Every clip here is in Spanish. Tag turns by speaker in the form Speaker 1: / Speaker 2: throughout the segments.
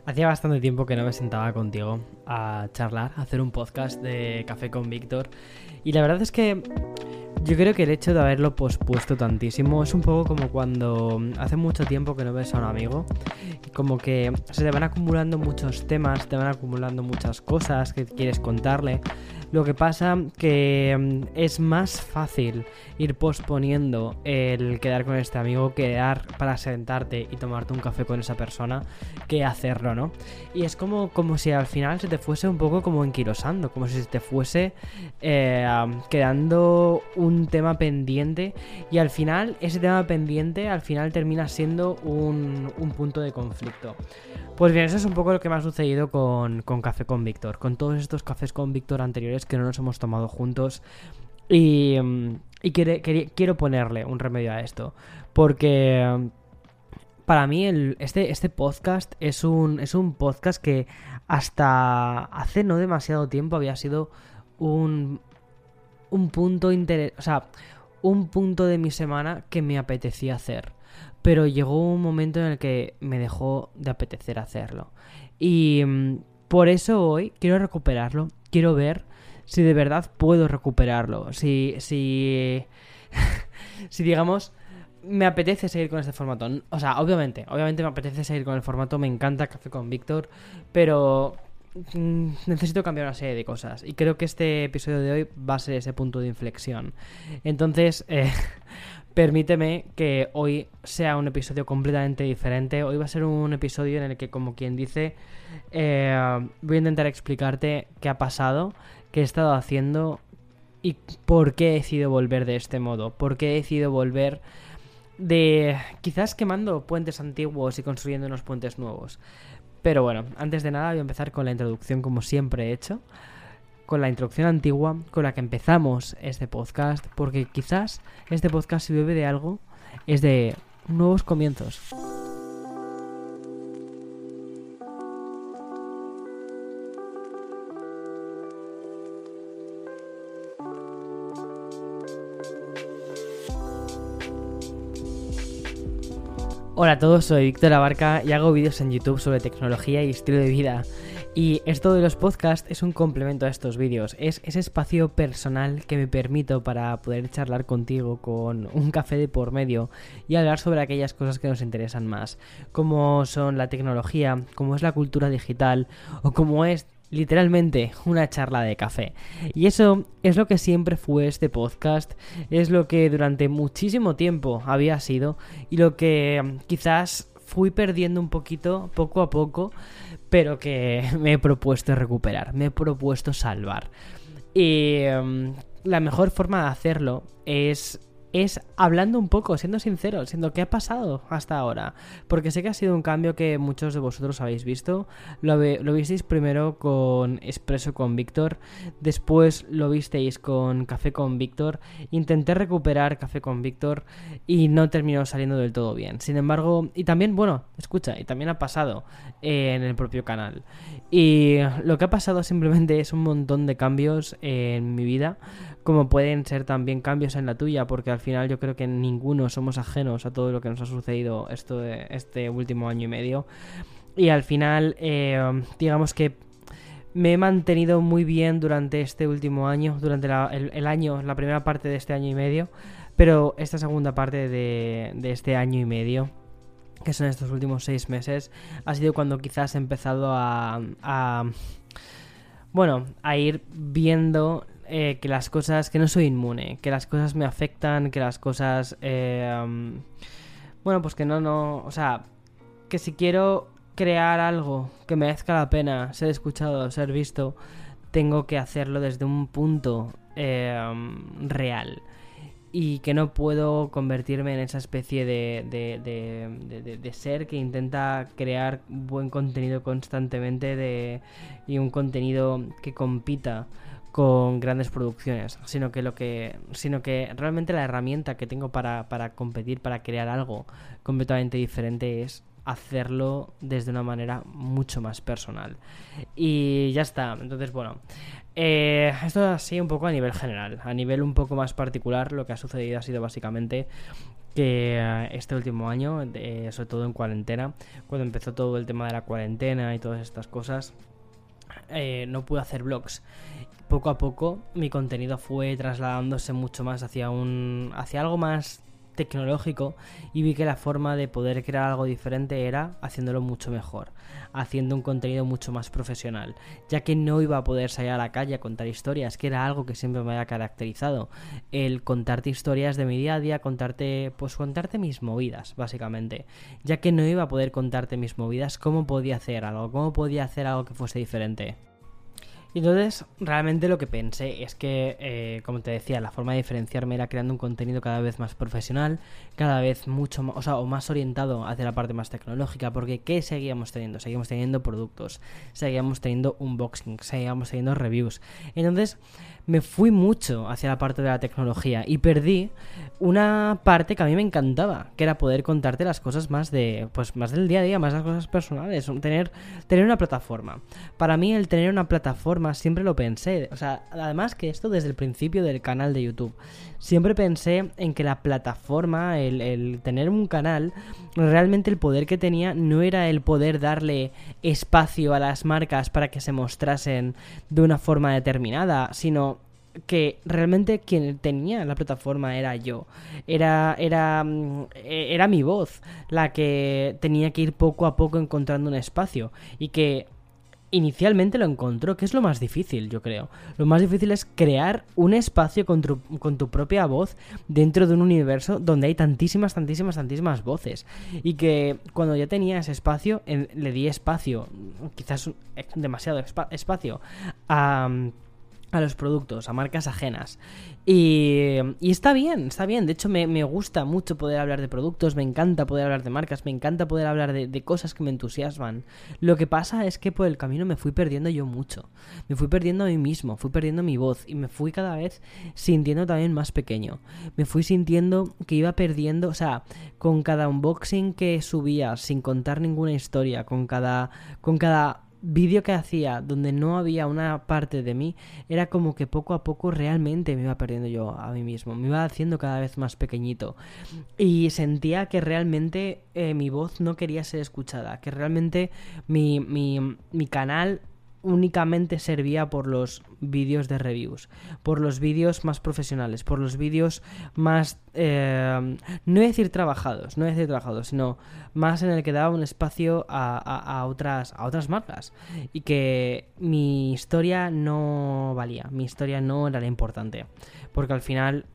Speaker 1: Hacía bastante tiempo que no me sentaba contigo a charlar, a hacer un podcast de Café con Víctor. Y la verdad es que yo creo que el hecho de haberlo pospuesto tantísimo es un poco como cuando hace mucho tiempo que no ves a un amigo. Como que se te van acumulando muchos temas, te van acumulando muchas cosas que quieres contarle. Lo que pasa que es más fácil ir posponiendo el quedar con este amigo, quedar para sentarte y tomarte un café con esa persona, que hacerlo, ¿no? Y es como si al final se te fuese un poco como enquilosando, como si se te fuese quedando un tema pendiente, y al final ese tema pendiente al final termina siendo un punto de conflicto. Pues bien, eso es un poco lo que me ha sucedido con Café con Víctor, con todos estos cafés con Víctor anteriores que no nos hemos tomado juntos. Y quiero ponerle un remedio a esto, porque para mí este podcast es un podcast que hasta hace no demasiado tiempo había sido un punto un punto de mi semana que me apetecía hacer. Pero llegó un momento en el que me dejó de apetecer hacerlo. Y por eso hoy quiero recuperarlo. Quiero ver si de verdad puedo recuperarlo. Si digamos, me apetece seguir con este formato. O sea, obviamente me apetece seguir con el formato. Me encanta Café con Víctor. Pero necesito cambiar una serie de cosas. Y creo que este episodio de hoy va a ser ese punto de inflexión. Entonces, permíteme que hoy sea un episodio completamente diferente. Hoy va a ser un episodio en el que, como quien dice, voy a intentar explicarte qué ha pasado, qué he estado haciendo y por qué he decidido volver de este modo. Por qué he decidido volver de quizás quemando puentes antiguos y construyendo unos puentes nuevos. Pero bueno, antes de nada voy a empezar con la introducción, como siempre he hecho. Con la introducción antigua con la que empezamos este podcast, porque quizás este podcast, si bebe de algo, es de nuevos comienzos. Hola a todos, soy Víctor Abarca y hago vídeos en YouTube sobre tecnología y estilo de vida. Y esto de los podcasts es un complemento a estos vídeos, es ese espacio personal que me permito para poder charlar contigo con un café de por medio y hablar sobre aquellas cosas que nos interesan más, como son la tecnología, como es la cultura digital o como es literalmente una charla de café. Y eso es lo que siempre fue este podcast, es lo que durante muchísimo tiempo había sido y lo que quizás fui perdiendo un poquito, poco a poco, pero que me he propuesto recuperar, me he propuesto salvar. Y la mejor forma de hacerlo es hablando un poco, siendo sincero, siendo qué ha pasado hasta ahora. Porque sé que ha sido un cambio que muchos de vosotros habéis visto. Lo visteis primero con Expreso con Víctor, después lo visteis con Café con Víctor. Intenté recuperar Café con Víctor y no terminó saliendo del todo bien. Sin embargo, y también, y también ha pasado en el propio canal. Y lo que ha pasado simplemente es un montón de cambios en mi vida, como pueden ser también cambios en la tuya, porque al final yo creo que ninguno somos ajenos a todo lo que nos ha sucedido este último año y medio. Y al final, digamos que me he mantenido muy bien durante este último año, durante el año, la primera parte de este año y medio, pero esta segunda parte de este año y medio, que son estos últimos 6 meses, ha sido cuando quizás he empezado a ir viendo que las cosas, que no soy inmune, que las cosas me afectan, que las cosas, pues que o sea, que si quiero crear algo que merezca la pena ser escuchado, ser visto, tengo que hacerlo desde un punto real. Y que no puedo convertirme en esa especie de ser que intenta crear buen contenido constantemente y un contenido que compita con grandes producciones, sino que realmente la herramienta que tengo para competir, para crear algo completamente diferente, es hacerlo desde una manera mucho más personal. Y ya está. Entonces, esto así un poco a nivel general. A nivel un poco más particular, lo que ha sucedido ha sido básicamente que este último año, sobre todo en cuarentena, cuando empezó todo el tema de la cuarentena y todas estas cosas, no pude hacer vlogs. Poco a poco mi contenido fue trasladándose mucho más hacia algo más tecnológico, y vi que la forma de poder crear algo diferente era haciéndolo mucho mejor, haciendo un contenido mucho más profesional, ya que no iba a poder salir a la calle a contar historias, que era algo que siempre me había caracterizado, el contarte historias de mi día a día, contarte mis movidas, básicamente, ya que no iba a poder contarte mis movidas. ¿Cómo podía hacer algo que fuese diferente? Y entonces, realmente lo que pensé es que, como te decía, la forma de diferenciarme era creando un contenido cada vez más profesional, cada vez mucho más, o más orientado hacia la parte más tecnológica, porque ¿qué seguíamos teniendo? Seguíamos teniendo productos, seguíamos teniendo unboxing, seguíamos teniendo reviews. Entonces, me fui mucho hacia la parte de la tecnología y perdí una parte que a mí me encantaba, que era poder contarte las cosas más del día a día, más las cosas personales, tener una plataforma. Para mí el tener una plataforma siempre lo pensé, o sea, además que esto desde el principio del canal de YouTube, siempre pensé en que la plataforma, el tener un canal, realmente el poder que tenía no era el poder darle espacio a las marcas para que se mostrasen de una forma determinada, sino que realmente quien tenía la plataforma era yo. Era mi voz la que tenía que ir poco a poco encontrando un espacio, y que inicialmente lo encontró, que es lo más difícil, yo creo. Lo más difícil es crear un espacio con tu propia voz dentro de un universo donde hay tantísimas voces. Y que cuando ya tenía ese espacio, le di espacio, quizás demasiado espacio, a los productos, a marcas ajenas. Y está bien. De hecho, me gusta mucho poder hablar de productos, me encanta poder hablar de marcas, me encanta poder hablar de cosas que me entusiasman. Lo que pasa es que por el camino me fui perdiendo yo mucho. Me fui perdiendo a mí mismo, fui perdiendo mi voz, y me fui cada vez sintiendo también más pequeño. Me fui sintiendo que iba perdiendo, o sea, con cada unboxing que subía, sin contar ninguna historia, con cada vídeo que hacía donde no había una parte de mí, era como que poco a poco realmente me iba perdiendo yo a mí mismo, me iba haciendo cada vez más pequeñito, y sentía que realmente mi voz no quería ser escuchada, que realmente mi canal únicamente servía por los vídeos de reviews, por los vídeos más profesionales, por los vídeos más, no voy a decir trabajados, sino más en el que daba un espacio a otras marcas, y que mi historia no valía, mi historia no era la importante, porque al final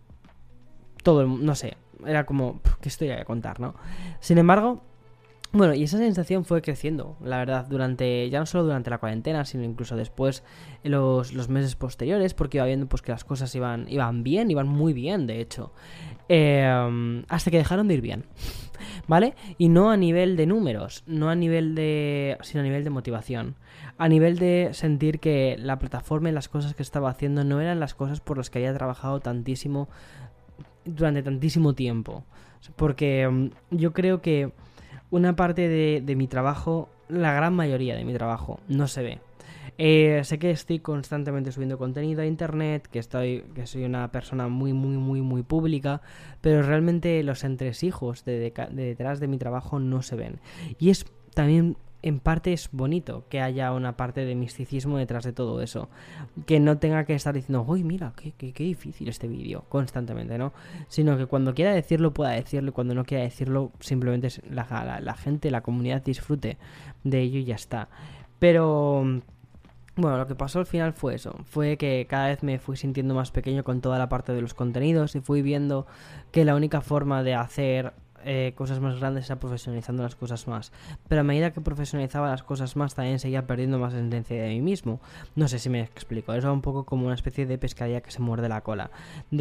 Speaker 1: no sé, era como, ¿qué historia voy a contar, no? Sin embargo, bueno, y esa sensación fue creciendo, la verdad, ya no solo durante la cuarentena, sino incluso después, en los meses posteriores, porque iba viendo pues que las cosas iban bien, iban muy bien, de hecho, hasta que dejaron de ir bien, ¿vale? Y no a nivel de números, sino a nivel de motivación, a nivel de sentir que la plataforma y las cosas que estaba haciendo no eran las cosas por las que había trabajado tantísimo durante tantísimo tiempo, porque yo creo que una parte de mi trabajo, la gran mayoría de mi trabajo, no se ve. Sé que estoy constantemente subiendo contenido a internet, que soy una persona muy pública, pero realmente los entresijos de detrás de mi trabajo no se ven. Y es también, en parte, es bonito que haya una parte de misticismo detrás de todo eso, que no tenga que estar diciendo, uy, mira, qué difícil este vídeo, constantemente, ¿no? Sino que cuando quiera decirlo, pueda decirlo, y cuando no quiera decirlo, simplemente la gente, la comunidad disfrute de ello y ya está. Pero bueno, lo que pasó al final fue eso, fue que cada vez me fui sintiendo más pequeño con toda la parte de los contenidos, y fui viendo que la única forma de hacer cosas más grandes era profesionalizando las cosas más. Pero a medida que profesionalizaba las cosas más, también seguía perdiendo más esencia de mí mismo. No sé si me explico, eso es un poco como una especie de pescadilla que se muerde la cola,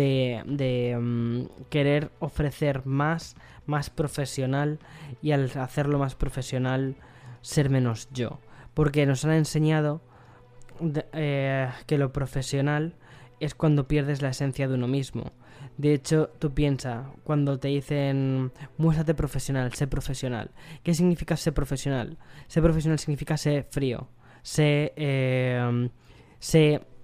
Speaker 1: de querer ofrecer más profesional, y al hacerlo más profesional ser menos yo, porque nos han enseñado que lo profesional es cuando pierdes la esencia de uno mismo. De hecho, tú piensas, cuando te dicen muéstrate profesional, sé profesional, ¿qué significa ser profesional? Ser profesional significa ser frío,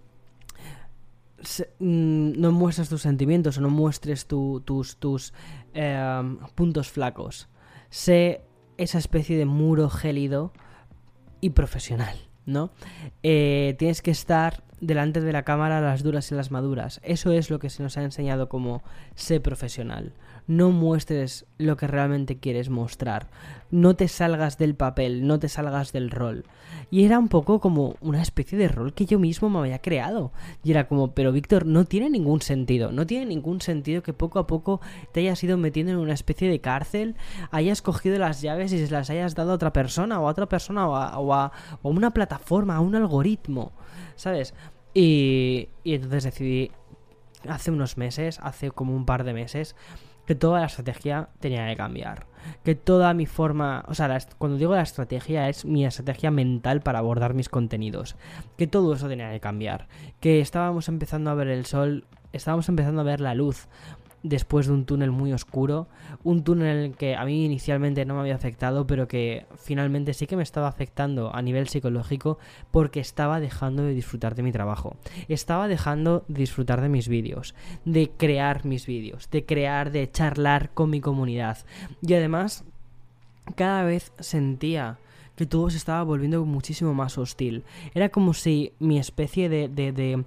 Speaker 1: no muestres tus sentimientos, o no muestres tus puntos flacos. Sé esa especie de muro gélido y profesional, ¿no? Tienes que estar delante de la cámara a las duras y las maduras. Eso es lo que se nos ha enseñado como sé profesional. No muestres lo que realmente quieres mostrar. No te salgas del papel, no te salgas del rol. Y era un poco como una especie de rol que yo mismo me había creado. Y era como, pero Víctor, no tiene ningún sentido. No tiene ningún sentido que poco a poco te hayas ido metiendo en una especie de cárcel, hayas cogido las llaves y se las hayas dado a otra persona o a una plataforma, a un algoritmo, ¿sabes? Y entonces decidí hace unos meses, hace como un par de meses, que toda la estrategia tenía que cambiar. Que toda mi forma... O sea, cuando digo la estrategia es mi estrategia mental para abordar mis contenidos. Que todo eso tenía que cambiar. Que estábamos empezando a ver el sol, estábamos empezando a ver la luz después de un túnel muy oscuro, un túnel en el que a mí inicialmente no me había afectado, pero que finalmente sí que me estaba afectando a nivel psicológico porque estaba dejando de disfrutar de mi trabajo, estaba dejando de disfrutar de mis vídeos, de crear mis vídeos, de charlar con mi comunidad, y además cada vez sentía que todo se estaba volviendo muchísimo más hostil. Era como si mi especie de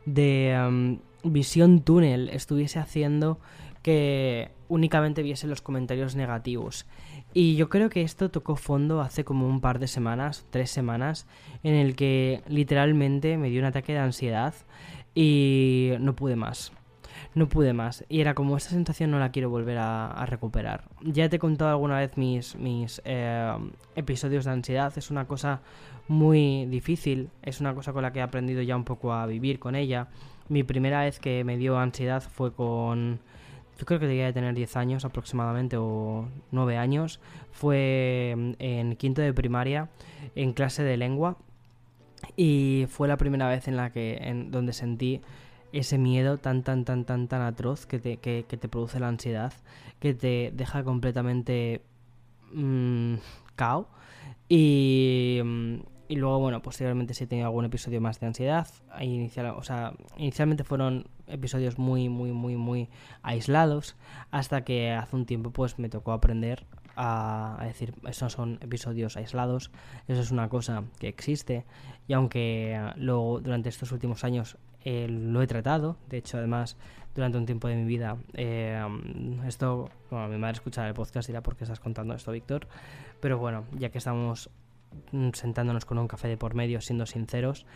Speaker 1: visión túnel estuviese haciendo que únicamente viese los comentarios negativos. Y yo creo que esto tocó fondo hace como un par de semanas, 3 semanas, en el que literalmente me dio un ataque de ansiedad y no pude más. No pude más. Y era como, esta sensación no la quiero volver a recuperar. Ya te he contado alguna vez mis episodios de ansiedad. Es una cosa muy difícil. Es una cosa con la que he aprendido ya un poco a vivir con ella. Mi primera vez que me dio ansiedad fue con... Yo creo que debía de tener 10 años aproximadamente, o 9 años. Fue en quinto de primaria, en clase de lengua. Y fue la primera vez donde sentí ese miedo tan atroz que te produce la ansiedad, que te deja completamente cao. Y luego, bueno, posteriormente sí he tenido algún episodio más de ansiedad. Inicialmente fueron episodios muy aislados, hasta que hace un tiempo pues me tocó aprender a decir, esos son episodios aislados, eso es una cosa que existe, y aunque luego durante estos últimos años lo he tratado, de hecho además durante un tiempo de mi vida esto, bueno, mi madre escuchará el podcast y dirá ¿por qué estás contando esto, Víctor? Pero bueno, ya que estamos sentándonos con un café de por medio, siendo sinceros,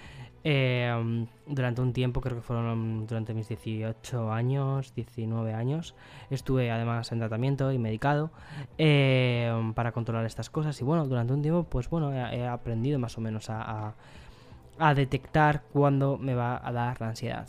Speaker 1: durante un tiempo, creo que fueron durante mis 18 años, 19 años, estuve además en tratamiento y medicado para controlar estas cosas, y bueno, durante un tiempo pues bueno, he aprendido más o menos a detectar cuándo me va a dar la ansiedad.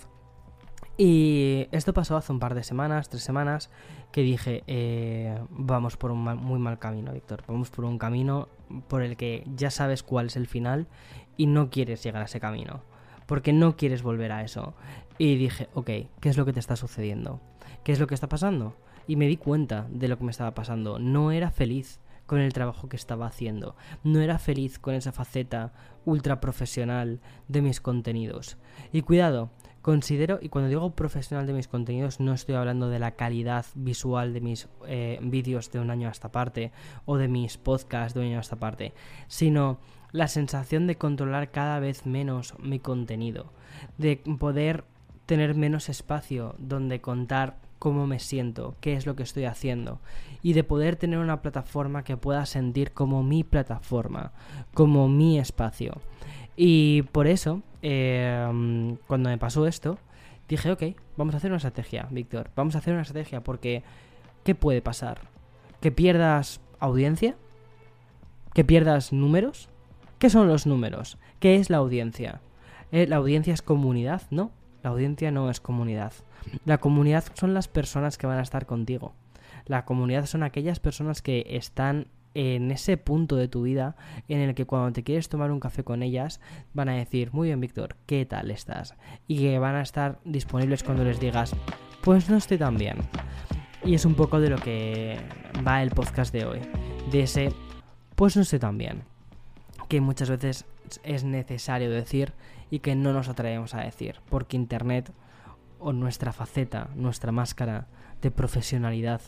Speaker 1: Y esto pasó hace un par de semanas, 3 semanas, que dije, vamos por un muy mal camino, Víctor. Vamos por un camino por el que ya sabes cuál es el final y no quieres llegar a ese camino, porque no quieres volver a eso. Y dije, ok, ¿qué es lo que te está sucediendo? ¿Qué es lo que está pasando? Y me di cuenta de lo que me estaba pasando. No era feliz con el trabajo que estaba haciendo. No era feliz con esa faceta ultra profesional de mis contenidos. Y cuidado, considero, y cuando digo profesional de mis contenidos, no estoy hablando de la calidad visual de mis vídeos de un año a esta parte, o de mis podcasts de un año a esta parte, sino la sensación de controlar cada vez menos mi contenido, de poder tener menos espacio donde contar cómo me siento, qué es lo que estoy haciendo, y de poder tener una plataforma que pueda sentir como mi plataforma, como mi espacio. Y por eso, cuando me pasó esto, dije, ok, vamos a hacer una estrategia, Víctor, vamos a hacer una estrategia, porque ¿qué puede pasar? ¿Que pierdas audiencia? ¿Que pierdas números? ¿Qué son los números? ¿Qué es la audiencia? ¿La audiencia es comunidad? No, la audiencia no es comunidad. La comunidad son las personas que van a estar contigo. La comunidad son aquellas personas que están en ese punto de tu vida en el que cuando te quieres tomar un café con ellas van a decir, muy bien, Víctor, ¿qué tal estás? Y que van a estar disponibles cuando les digas, pues no estoy tan bien. Y es un poco de lo que va el podcast de hoy, de ese, pues no estoy tan bien, que muchas veces es necesario decir y que no nos atrevemos a decir, porque internet, o nuestra faceta, nuestra máscara de profesionalidad,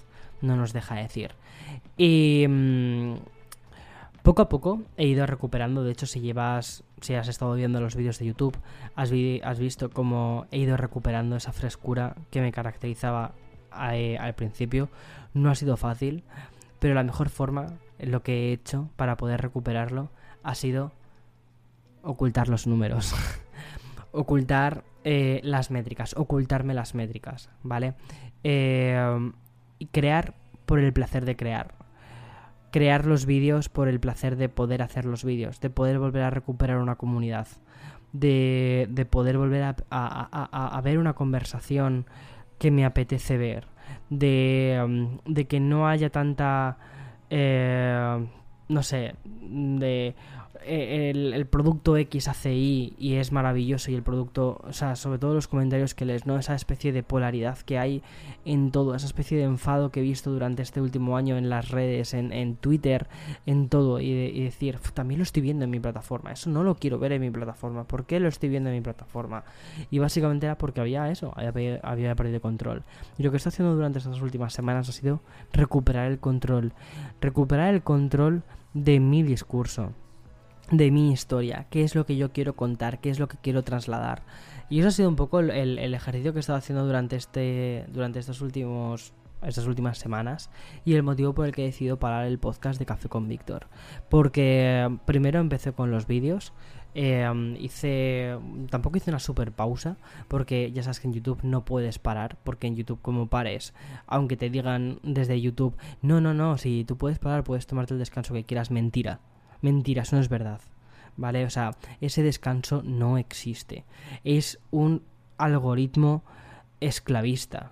Speaker 1: no nos deja decir. Y poco a poco he ido recuperando. De hecho, si has estado viendo los vídeos de YouTube, has visto cómo he ido recuperando esa frescura que me caracterizaba al principio. No ha sido fácil, pero la mejor forma, lo que he hecho para poder recuperarlo, ha sido ocultar los números. Ocultar ocultarme las métricas, ¿vale? Y crear por el placer de crear. Crear los vídeos por el placer de poder hacer los vídeos, de poder volver a recuperar una comunidad, de poder volver a ver una conversación que me apetece ver, de que no haya tanta, no sé, de el producto X hace Y y es maravilloso, y el producto, o sea, sobre todo los comentarios que lees, ¿no? Esa especie de polaridad que hay en todo, esa especie de enfado que he visto durante este último año en las redes, en Twitter, en todo, y decir, también lo estoy viendo en mi plataforma, eso no lo quiero ver en mi plataforma, ¿por qué lo estoy viendo en mi plataforma? Y básicamente era porque había perdido control. Y lo que estoy haciendo durante estas últimas semanas ha sido recuperar el control de mi discurso, de mi historia, qué es lo que yo quiero contar, qué es lo que quiero trasladar. Y eso ha sido un poco el ejercicio que he estado haciendo durante estas últimas semanas, y el motivo por el que he decidido parar el podcast de Café con Víctor. Porque primero empecé con los vídeos. Tampoco hice una super pausa, porque ya sabes que en YouTube no puedes parar, porque en YouTube, como pares, aunque te digan desde YouTube, no, si tú puedes parar, puedes tomarte el descanso que quieras, mentira, eso no es verdad, ¿vale? O sea, ese descanso no existe, es un algoritmo esclavista.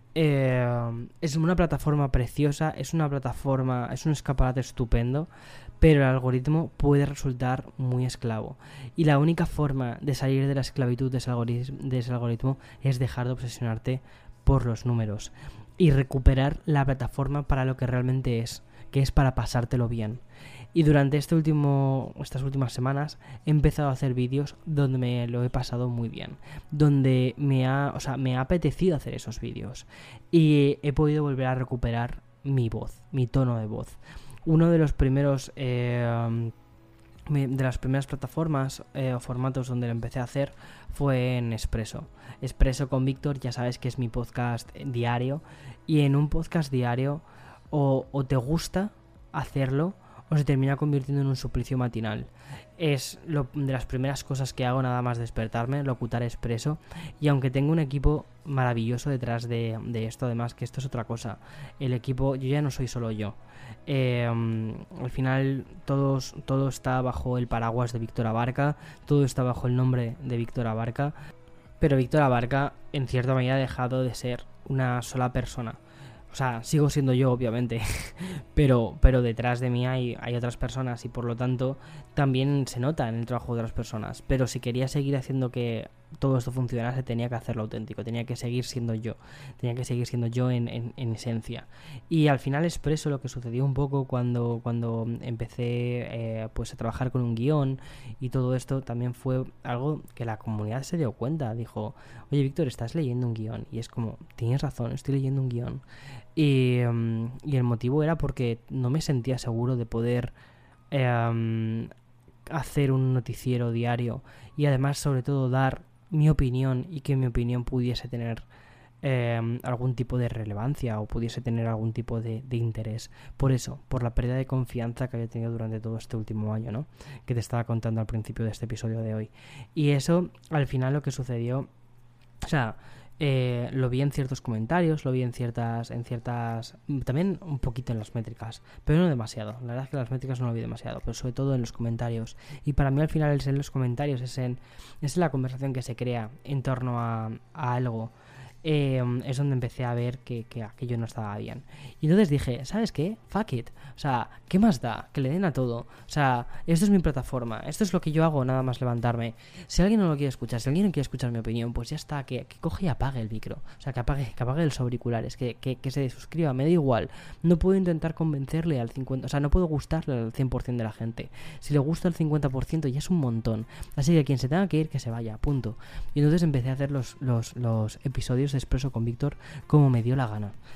Speaker 1: Es una plataforma preciosa, es un escaparate estupendo, pero el algoritmo puede resultar muy esclavo. Y la única forma de salir de la esclavitud de ese algoritmo es dejar de obsesionarte por los números y recuperar la plataforma para lo que realmente es, que es para pasártelo bien. Y durante estas últimas semanas he empezado a hacer vídeos donde me lo he pasado muy bien, donde me ha apetecido hacer esos vídeos, y he podido volver a recuperar mi voz, mi tono de voz. Uno de los primeros de las primeras plataformas o formatos donde lo empecé a hacer fue en Expreso con Víctor. Ya sabes que es mi podcast diario, y en un podcast diario o te gusta hacerlo o se termina convirtiendo en un suplicio matinal. Es de las primeras cosas que hago nada más despertarme, locutar Expreso, y aunque tengo un equipo maravilloso detrás de esto, además que esto es otra cosa, el equipo, yo ya no soy solo yo, al final todo está bajo el paraguas de Víctor Abarca, todo está bajo el nombre de Víctor Abarca, pero Víctor Abarca en cierta manera ha dejado de ser una sola persona. O sea, sigo siendo yo, obviamente, pero detrás de mí hay otras personas, y por lo tanto también se nota en el trabajo de otras personas. Pero si quería seguir haciendo que todo esto funcionase, tenía que hacerlo auténtico, tenía que seguir siendo yo en esencia. Y al final Expreso, lo que sucedió un poco cuando empecé pues a trabajar con un guión y todo esto, también fue algo que la comunidad se dio cuenta. Dijo, oye Víctor, estás leyendo un guión, y es como, tienes razón, estoy leyendo un guión. Y el motivo era porque no me sentía seguro de poder hacer un noticiero diario, y además sobre todo dar mi opinión, y que mi opinión pudiese tener algún tipo de relevancia o pudiese tener algún tipo de interés. Por eso, por la pérdida de confianza que había tenido durante todo este último año, ¿no? Que te estaba contando al principio de este episodio de hoy. Y eso, al final, lo que sucedió, o sea, lo vi en ciertos comentarios, lo vi en ciertas, también un poquito en las métricas, pero no demasiado. La verdad es que las métricas no lo vi demasiado, pero sobre todo en los comentarios. Y para mí al final es en los comentarios, es en la conversación que se crea en torno a algo. Es donde empecé a ver que aquello no estaba bien. Y entonces dije, ¿sabes qué? Fuck it. O sea, ¿qué más da? Que le den a todo. O sea, esto es mi plataforma, esto es lo que yo hago, nada más levantarme. Si alguien no lo quiere escuchar, si alguien no quiere escuchar mi opinión, pues ya está, que coge y apague el micro. O sea, que apague los auriculares, que se suscriba, me da igual. No puedo intentar convencerle al 50%, o sea, no puedo gustarle al 100% de la gente. Si le gusta el 50% ya es un montón. Así que quien se tenga que ir, que se vaya, punto. Y entonces empecé a hacer los episodios de Expreso con Víctor como me dio la gana.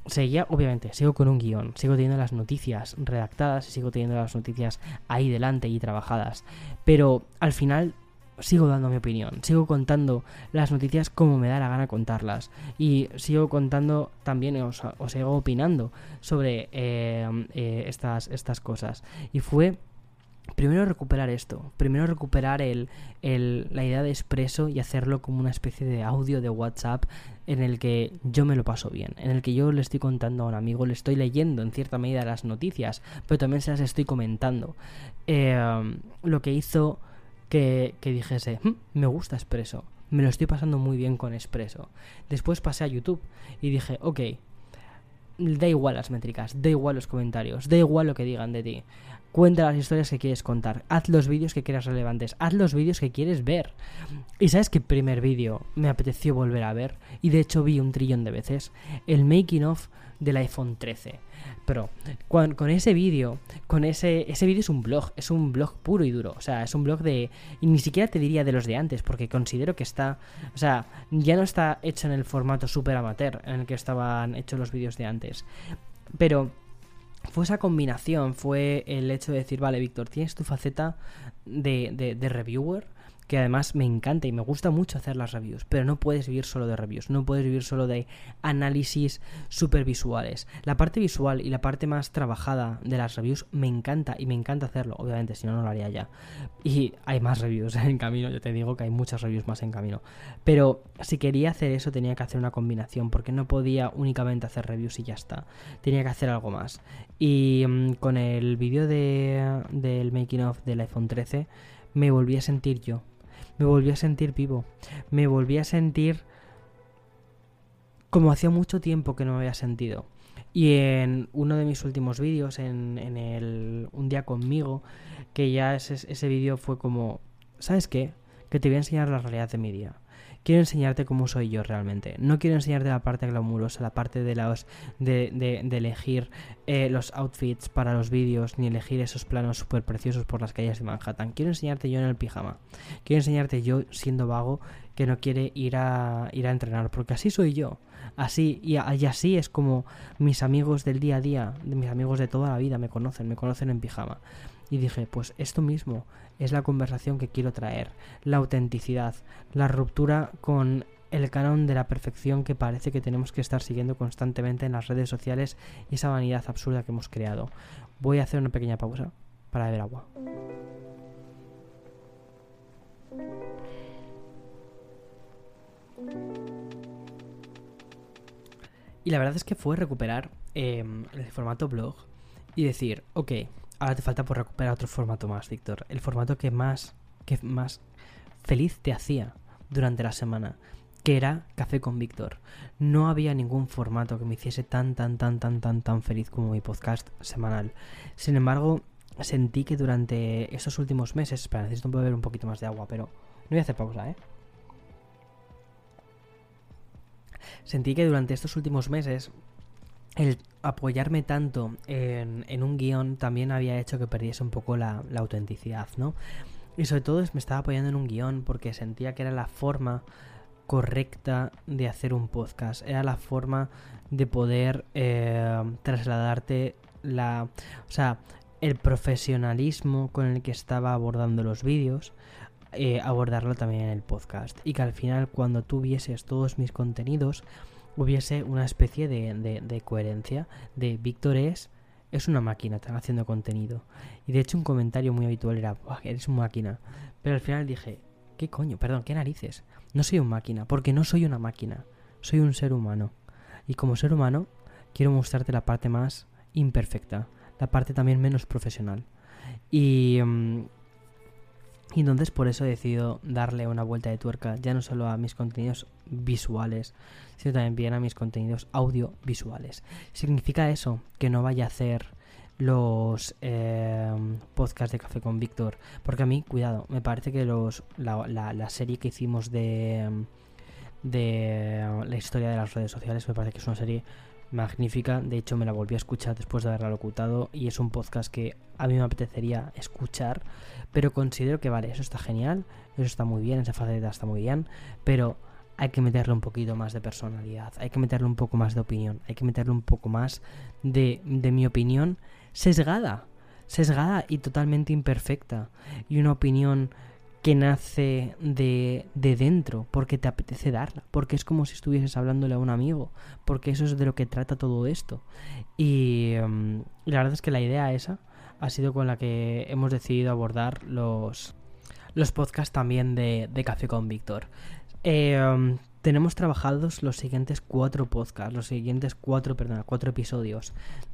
Speaker 1: obviamente, sigo con un guión, sigo teniendo las noticias redactadas, sigo teniendo las noticias ahí delante y trabajadas, pero al final sigo dando mi opinión, sigo contando las noticias como me da la gana contarlas y sigo contando también, os sigo opinando sobre estas cosas. Y fue primero recuperar esto, primero recuperar la idea de Expreso y hacerlo como una especie de audio de WhatsApp en el que yo me lo paso bien, en el que yo le estoy contando a un amigo, le estoy leyendo en cierta medida las noticias, pero también se las estoy comentando. Lo que hizo que dijese, me gusta Expreso, me lo estoy pasando muy bien con Expreso. Después pasé a YouTube y dije, ok, da igual las métricas, da igual los comentarios, da igual lo que digan de ti. Cuenta las historias que quieres contar, haz los vídeos que quieras relevantes, haz los vídeos que quieres ver. Y ¿sabes qué primer vídeo me apeteció volver a ver? Y de hecho vi un trillón de veces. El making of del iPhone 13. Pero con ese vídeo, ese vídeo es un blog puro y duro. O sea, es un blog y ni siquiera te diría de los de antes, porque considero que está, o sea, ya no está hecho en el formato super amateur en el que estaban hechos los vídeos de antes. Pero fue esa combinación, fue el hecho de decir, vale, Víctor, tienes tu faceta de reviewer, que además me encanta y me gusta mucho hacer las reviews, pero no puedes vivir solo de reviews, no puedes vivir solo de análisis super visuales. La parte visual y la parte más trabajada de las reviews me encanta y me encanta hacerlo, obviamente, si no, no lo haría ya. Y hay más reviews en camino, yo te digo que hay muchas reviews más en camino. Pero si quería hacer eso tenía que hacer una combinación, porque no podía únicamente hacer reviews y ya está. Tenía que hacer algo más. Y con el vídeo del making of del iPhone 13 me volví a sentir yo. Me volví a sentir vivo. Me volví a sentir como hacía mucho tiempo que no me había sentido. Y en uno de mis últimos vídeos, en el Un día conmigo, que ya ese vídeo fue como, ¿sabes qué? Que te voy a enseñar la realidad de mi día. Quiero enseñarte cómo soy yo realmente. No quiero enseñarte la parte glamurosa, la parte de elegir los outfits para los vídeos, ni elegir esos planos súper preciosos por las calles de Manhattan. Quiero enseñarte yo en el pijama. Quiero enseñarte yo siendo vago que no quiere ir a entrenar, porque así soy yo. Así y así es como mis amigos del día a día, mis amigos de toda la vida me conocen en pijama. Y dije, pues esto mismo es la conversación que quiero traer, la autenticidad, la ruptura con el canon de la perfección que parece que tenemos que estar siguiendo constantemente en las redes sociales y esa vanidad absurda que hemos creado. Voy a hacer una pequeña pausa para beber agua. Y la verdad es que fue recuperar el formato blog y decir, ok, ahora te falta por recuperar otro formato más, Víctor. El formato que más feliz te hacía durante la semana, que era Café con Víctor. No había ningún formato que me hiciese tan feliz como mi podcast semanal. Sin embargo, sentí que durante estos últimos meses... Espera, necesito beber un poquito más de agua, pero no voy a hacer pausa, Sentí que durante estos últimos meses el apoyarme tanto en un guión también había hecho que perdiese un poco la autenticidad, ¿no? Y sobre todo me estaba apoyando en un guión porque sentía que era la forma correcta de hacer un podcast. Era la forma de poder trasladarte el profesionalismo con el que estaba abordando los vídeos, abordarlo también en el podcast. Y que al final, cuando tú vieses todos mis contenidos, hubiese una especie de coherencia de Víctor es una máquina haciendo contenido. Y de hecho un comentario muy habitual era, eres una máquina. Pero al final dije, ¿qué coño? Perdón, ¿qué narices? No soy una máquina, porque no soy una máquina. Soy un ser humano. Y como ser humano quiero mostrarte la parte más imperfecta, la parte también menos profesional. Y entonces por eso he decidido darle una vuelta de tuerca, ya no solo a mis contenidos visuales, sino también bien a mis contenidos audiovisuales. ¿Significa eso que no vaya a hacer los podcasts de Café con Víctor? Porque a mí, cuidado, me parece que la serie que hicimos de la historia de las redes sociales, me parece que es una serie magnífica. De hecho me la volví a escuchar después de haberla locutado y es un podcast que a mí me apetecería escuchar, pero considero que vale, eso está genial, eso está muy bien, esa faceta está muy bien, pero hay que meterle un poquito más de personalidad, hay que meterle un poco más de opinión, hay que meterle un poco más de mi opinión sesgada y totalmente imperfecta, y una opinión que nace de dentro, porque te apetece darla, porque es como si estuvieses hablándole a un amigo, porque eso es de lo que trata todo esto. Y la verdad es que la idea esa ha sido con la que hemos decidido abordar los podcasts también de Café con Víctor. Tenemos trabajados los siguientes 4 podcasts, los siguientes 4 episodios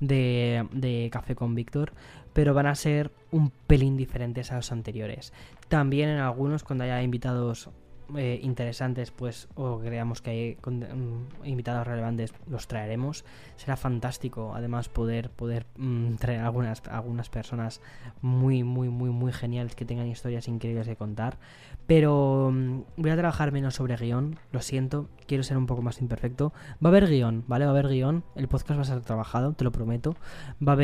Speaker 1: de Café con Víctor, pero van a ser un pelín diferentes a los anteriores. También en algunos, cuando haya invitados interesantes, pues, o creamos que hay invitados relevantes, los traeremos. Será fantástico, además, poder traer algunas personas muy geniales que tengan historias increíbles de contar. Pero voy a trabajar menos sobre guión, lo siento, quiero ser un poco más imperfecto. Va a haber guión, ¿vale? Va a haber guión, el podcast va a ser trabajado, te lo prometo. Va a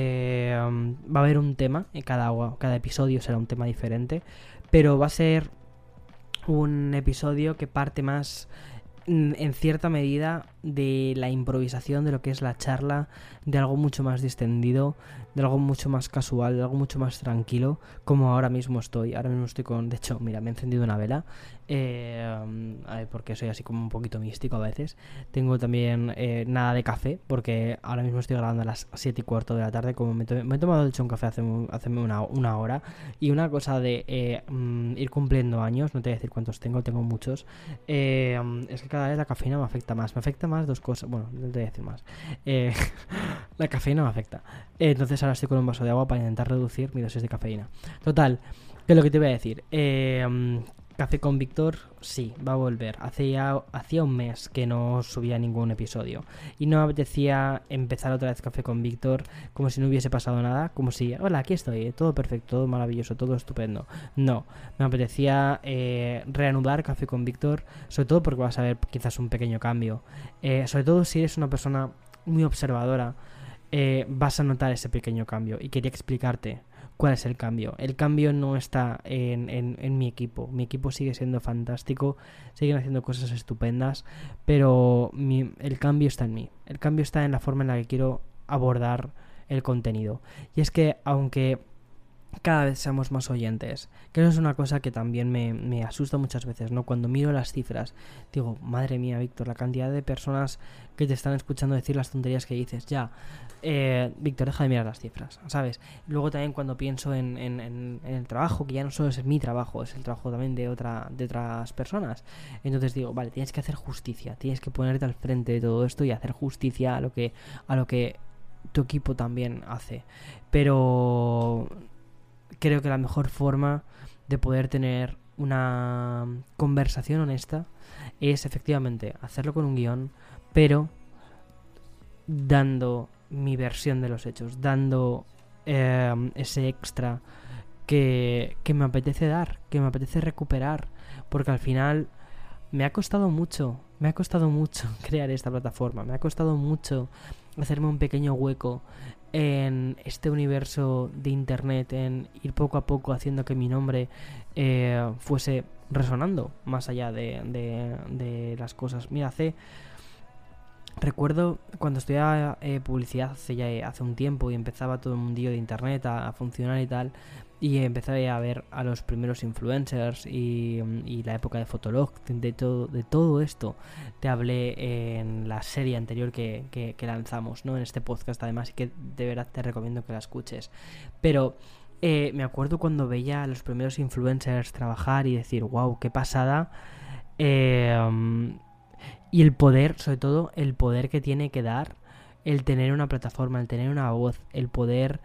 Speaker 1: haber un tema, cada episodio será un tema diferente, pero va a ser un episodio que parte más en cierta medida de la improvisación, de lo que es la charla, de algo mucho más distendido, de algo mucho más casual, de algo mucho más tranquilo, como ahora mismo estoy. Ahora mismo estoy con... De hecho, mira, me he encendido una vela, porque soy así como un poquito místico a veces. Tengo también nada de café, porque ahora mismo estoy grabando a las 7:15 de la tarde, como me he tomado de hecho un café hace una hora. Y una cosa de ir cumpliendo años, no te voy a decir cuántos tengo muchos, es que cada vez la cafeína me afecta más dos cosas, bueno, no te voy a decir más. La cafeína me afecta, entonces ahora estoy con un vaso de agua para intentar reducir mi dosis de cafeína. Total, que es lo que te voy a decir. Café con Víctor, sí, va a volver. Hacía un mes que no subía ningún episodio y no me apetecía empezar otra vez Café con Víctor como si no hubiese pasado nada, como si, hola, aquí estoy, todo perfecto, todo maravilloso, todo estupendo. No, me apetecía reanudar Café con Víctor, sobre todo porque vas a ver quizás un pequeño cambio. Sobre todo si eres una persona muy observadora, vas a notar ese pequeño cambio, y quería explicarte cuál es el cambio. El cambio no está en mi equipo. Mi equipo sigue siendo fantástico, siguen haciendo cosas estupendas, pero el cambio está en mí. El cambio está en la forma en la que quiero abordar el contenido. Y es que aunque cada vez seamos más oyentes, que eso es una cosa que también me asusta muchas veces, ¿no? Cuando miro las cifras, digo, madre mía, Víctor, la cantidad de personas que te están escuchando decir las tonterías que dices. Ya, Víctor, deja de mirar las cifras, ¿sabes? Luego también cuando pienso en el trabajo, que ya no solo es mi trabajo, es el trabajo también de otras personas. Entonces digo, vale, tienes que hacer justicia, tienes que ponerte al frente de todo esto y hacer justicia a lo que tu equipo también hace. Pero creo que la mejor forma de poder tener una conversación honesta es efectivamente hacerlo con un guión, pero dando mi versión de los hechos, dando ese extra que me apetece dar, que me apetece recuperar, porque al final me ha costado mucho crear esta plataforma, me ha costado mucho hacerme un pequeño hueco en este universo de internet, en ir poco a poco haciendo que mi nombre fuese resonando más allá de las cosas. Mira, recuerdo cuando estudiaba publicidad hace un tiempo y empezaba todo el mundillo de internet a funcionar y tal, y empecé a ver a los primeros influencers y la época de Fotolog, de todo esto te hablé en la serie anterior que lanzamos, ¿no? En este podcast además, y que de verdad te recomiendo que la escuches. Pero me acuerdo cuando veía a los primeros influencers trabajar y decir, wow, qué pasada. Y el poder, sobre todo el poder que tiene que dar el tener una plataforma, el tener una voz, el poder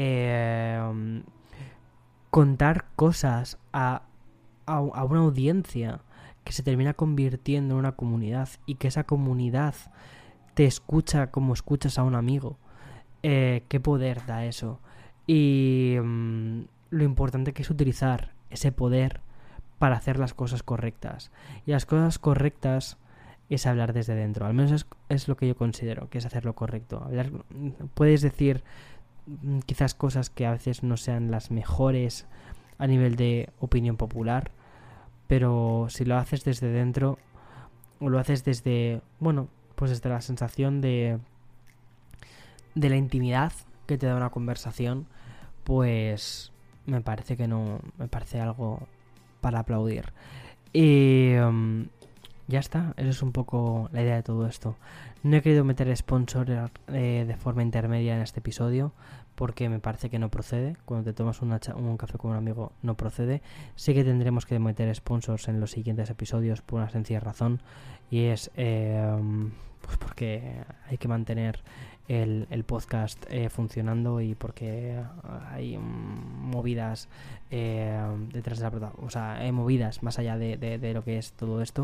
Speaker 1: contar cosas a una audiencia que se termina convirtiendo en una comunidad, y que esa comunidad te escucha como escuchas a un amigo. Qué poder da eso. Y lo importante que es utilizar ese poder para hacer las cosas correctas. Y las cosas correctas es hablar desde dentro. Al menos es lo que yo considero que es hacer lo correcto. Puedes decir quizás cosas que a veces no sean las mejores a nivel de opinión popular, pero si lo haces desde dentro o lo haces desde, bueno, pues desde la sensación de la intimidad que te da una conversación, pues me parece que no, me parece algo para aplaudir. Y ya está, eso es un poco la idea de todo esto. No he querido meter sponsor de forma intermedia en este episodio porque me parece que no procede. Cuando te tomas un café con un amigo no procede. Sí que tendremos que meter sponsors en los siguientes episodios por una sencilla razón, y es pues porque hay que mantener el podcast funcionando, y porque hay movidas detrás de la plataforma. O sea, hay movidas más allá de lo que es todo esto.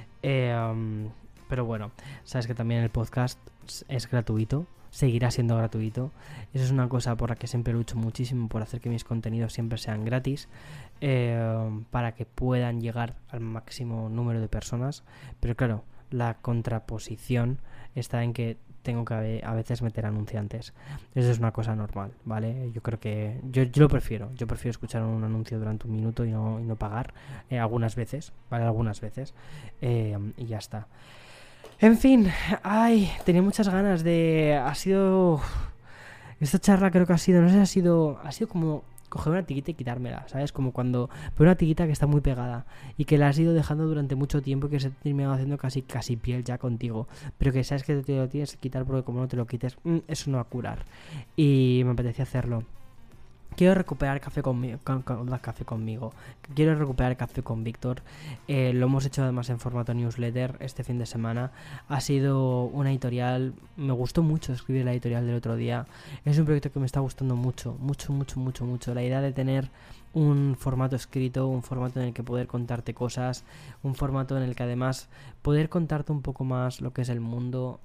Speaker 1: Pero bueno, sabes que también el podcast es gratuito, seguirá siendo gratuito. Eso es una cosa por la que siempre lucho muchísimo, por hacer que mis contenidos siempre sean gratis, para que puedan llegar al máximo número de personas. Pero claro, la contraposición está en que tengo que a veces meter anunciantes. Eso es una cosa normal, ¿vale? Yo creo que yo lo prefiero. Yo prefiero escuchar un anuncio durante un minuto y no pagar algunas veces, ¿vale? Algunas veces. Y ya está. En fin, tenía muchas ganas de... Ha sido... Esta charla creo que ha sido... No sé si ha sido como coger una tiquita y quitármela, ¿sabes? Como cuando... Pero una tiquita que está muy pegada y que la has ido dejando durante mucho tiempo y que se ha terminado haciendo casi piel ya contigo. Pero que sabes que te lo tienes que quitar porque como no te lo quites, eso no va a curar. Y me apetecía hacerlo. Quiero recuperar café conmigo. Quiero recuperar café con Víctor. Lo hemos hecho además en formato newsletter este fin de semana. Ha sido una editorial. Me gustó mucho escribir la editorial del otro día. Es un proyecto que me está gustando mucho. La idea de tener un formato escrito, un formato en el que poder contarte cosas, un formato en el que además poder contarte un poco más lo que es el mundo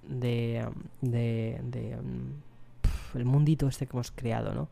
Speaker 1: el mundito este que hemos creado, ¿no?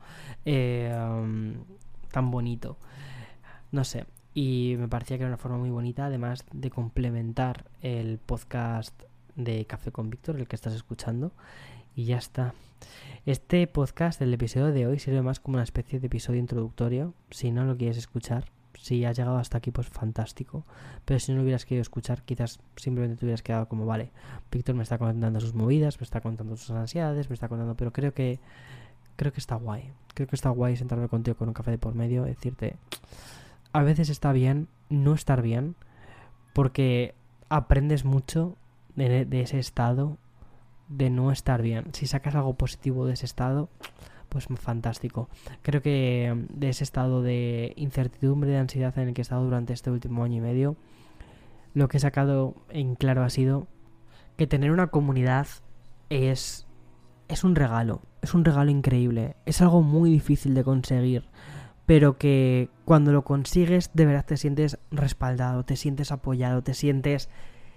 Speaker 1: Tan bonito. No sé. Y me parecía que era una forma muy bonita, además de complementar el podcast de Café con Víctor, el que estás escuchando. Y ya está. Este podcast, el episodio de hoy, sirve más como una especie de episodio introductorio. Si no lo quieres escuchar, si has llegado hasta aquí, pues fantástico. Pero si no lo hubieras querido escuchar, quizás simplemente te hubieras quedado como, vale, Víctor me está contando sus movidas, me está contando sus ansiedades, me está contando... Pero creo que está guay. Creo que está guay sentarme contigo con un café de por medio, decirte... A veces está bien no estar bien, porque aprendes mucho de ese estado de no estar bien. Si sacas algo positivo de ese estado, pues fantástico. Creo que de ese estado de incertidumbre, de ansiedad en el que he estado durante este último año y medio, lo que he sacado en claro ha sido que tener una comunidad es un regalo increíble. Es algo muy difícil de conseguir, pero que cuando lo consigues de verdad te sientes respaldado, te sientes apoyado, te sientes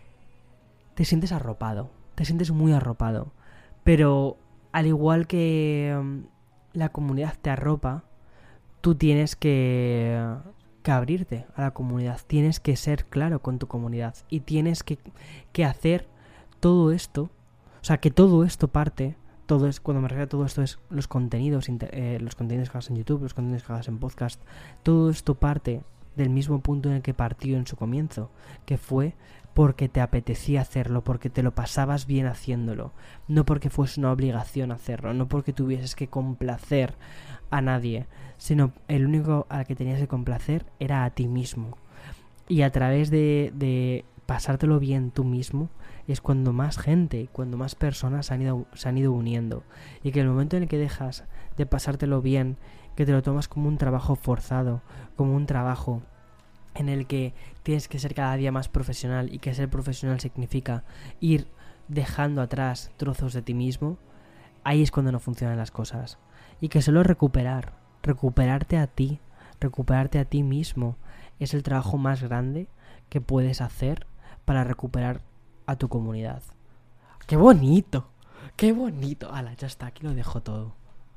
Speaker 1: arropado, te sientes muy arropado. Pero al igual que la comunidad te arropa, tú tienes que abrirte a la comunidad, tienes que ser claro con tu comunidad y tienes que hacer todo esto, o sea, que todo esto parte, todo es, cuando me refiero a todo esto es los contenidos que hagas en YouTube, los contenidos que hagas en podcast, todo esto parte del mismo punto en el que partió en su comienzo, que fue porque te apetecía hacerlo, porque te lo pasabas bien haciéndolo, no porque fuese una obligación hacerlo, no porque tuvieses que complacer a nadie, sino el único al que tenías que complacer era a ti mismo. Y a través de pasártelo bien tú mismo es cuando más gente, cuando más personas se han ido uniendo. Y que el momento en el que dejas de pasártelo bien, que te lo tomas como un trabajo forzado, como un trabajo en el que tienes que ser cada día más profesional, y que ser profesional significa ir dejando atrás trozos de ti mismo, ahí es cuando no funcionan las cosas. Y que solo recuperarte a ti mismo es el trabajo más grande que puedes hacer para recuperar a tu comunidad. ¡Qué bonito! ¡Qué bonito! ¡Hala! Ya está, aquí lo dejo todo.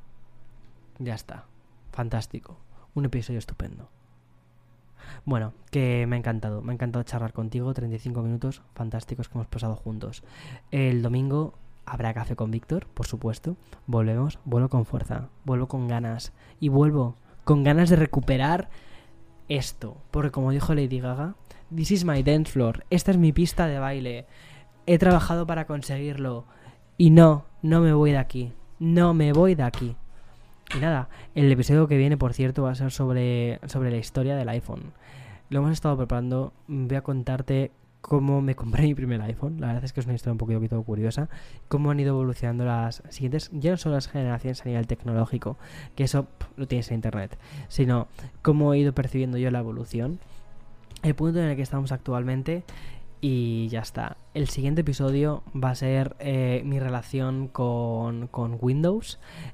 Speaker 1: Ya está. Fantástico. Un episodio estupendo. Bueno, que me ha encantado charlar contigo, 35 minutos fantásticos que hemos pasado juntos. El domingo habrá café con Víctor, por supuesto. Vuelvo con fuerza, vuelvo con ganas, y vuelvo con ganas de recuperar esto. Porque como dijo Lady Gaga, this is my dance floor, esta es mi pista de baile. He trabajado para conseguirlo. Y no me voy de aquí. No me voy de aquí. Y nada, el episodio que viene, por cierto, va a ser sobre la historia del iPhone. Lo hemos estado preparando. Voy a contarte cómo me compré mi primer iPhone. La verdad es que es una historia un poquito curiosa. Cómo han ido evolucionando las siguientes, ya no solo las generaciones a nivel tecnológico, que eso lo tienes en internet, sino cómo he ido percibiendo yo la evolución, el punto en el que estamos actualmente. Y ya está. El siguiente episodio va a ser mi relación con Windows.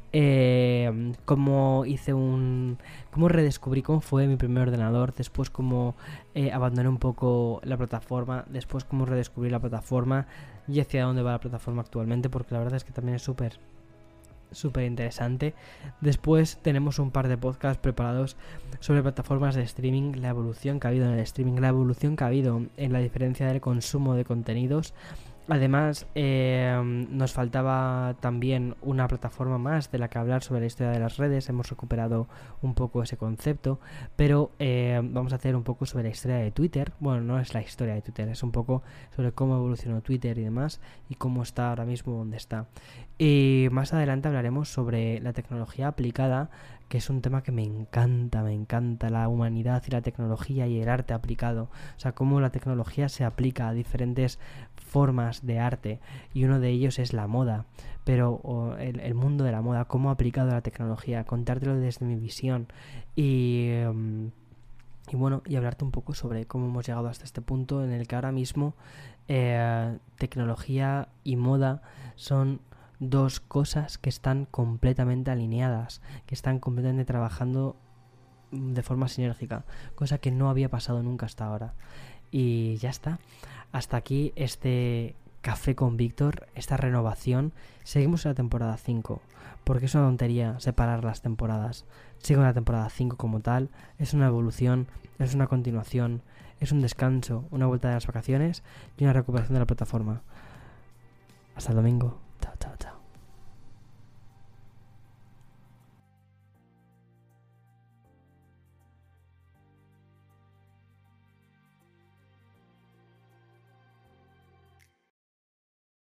Speaker 1: Cómo redescubrí cómo fue mi primer ordenador. Después cómo abandoné un poco la plataforma. Después cómo redescubrí la plataforma. Y hacia dónde va la plataforma actualmente. Porque la verdad es que también es súper interesante. Después tenemos un par de podcasts preparados sobre plataformas de streaming, la evolución que ha habido en el streaming, la evolución que ha habido en la diferencia del consumo de contenidos. Además, nos faltaba también una plataforma más de la que hablar sobre la historia de las redes. Hemos recuperado un poco ese concepto, pero vamos a hacer un poco sobre la historia de Twitter. Bueno, no es la historia de Twitter, es un poco sobre cómo evolucionó Twitter y demás, y cómo está ahora mismo donde está. Y más adelante hablaremos sobre la tecnología aplicada, que es un tema que me encanta, la humanidad y la tecnología y el arte aplicado. O sea, cómo la tecnología se aplica a diferentes formas de arte, y uno de ellos es la moda, pero el mundo de la moda, cómo ha aplicado la tecnología, contártelo desde mi visión y bueno, y hablarte un poco sobre cómo hemos llegado hasta este punto en el que ahora mismo tecnología y moda son dos cosas que están completamente alineadas, que están completamente trabajando de forma sinérgica, cosa que no había pasado nunca hasta ahora. Y ya está. Hasta aquí este café con Víctor, esta renovación. Seguimos en la temporada 5, porque es una tontería separar las temporadas. Sigo en la temporada 5 como tal. Es una evolución, es una continuación, es un descanso, una vuelta de las vacaciones y una recuperación de la plataforma. Hasta el domingo.